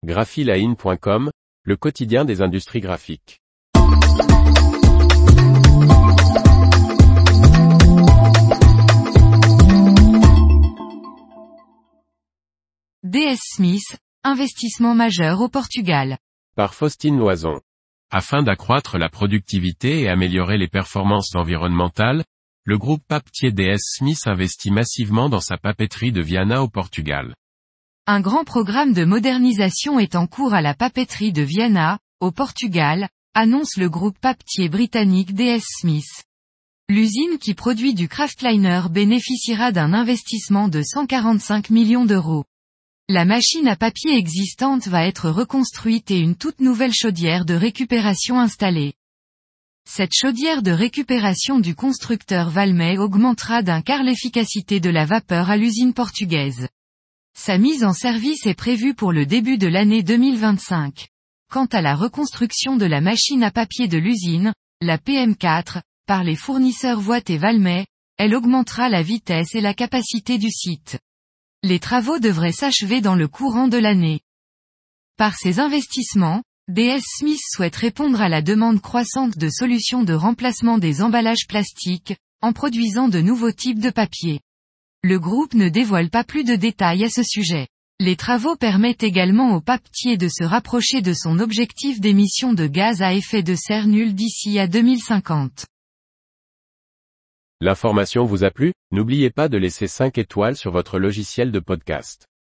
graphiline.com, le quotidien des industries graphiques. DS Smith, investissement majeur au Portugal. Par Faustine Loison. Afin d'accroître la productivité et améliorer les performances environnementales, le groupe papetier DS Smith investit massivement dans sa papeterie de Viana au Portugal. Un grand programme de modernisation est en cours à la papeterie de Viana, au Portugal, annonce le groupe papetier britannique DS Smith. L'usine qui produit du kraftliner bénéficiera d'un investissement de 145 millions d'euros. La machine à papier existante va être reconstruite et une toute nouvelle chaudière de récupération installée. Cette chaudière de récupération du constructeur Valmet augmentera d'un quart l'efficacité de la vapeur à l'usine portugaise. Sa mise en service est prévue pour le début de l'année 2025. Quant à la reconstruction de la machine à papier de l'usine, la PM4, par les fournisseurs Voith et Valmet, elle augmentera la vitesse et la capacité du site. Les travaux devraient s'achever dans le courant de l'année. Par ces investissements, DS Smith souhaite répondre à la demande croissante de solutions de remplacement des emballages plastiques, en produisant de nouveaux types de papier. Le groupe ne dévoile pas plus de détails à ce sujet. Les travaux permettent également au papetier de se rapprocher de son objectif d'émission de gaz à effet de serre nul d'ici à 2050. L'information vous a plu ? N'oubliez pas de laisser 5 étoiles sur votre logiciel de podcast.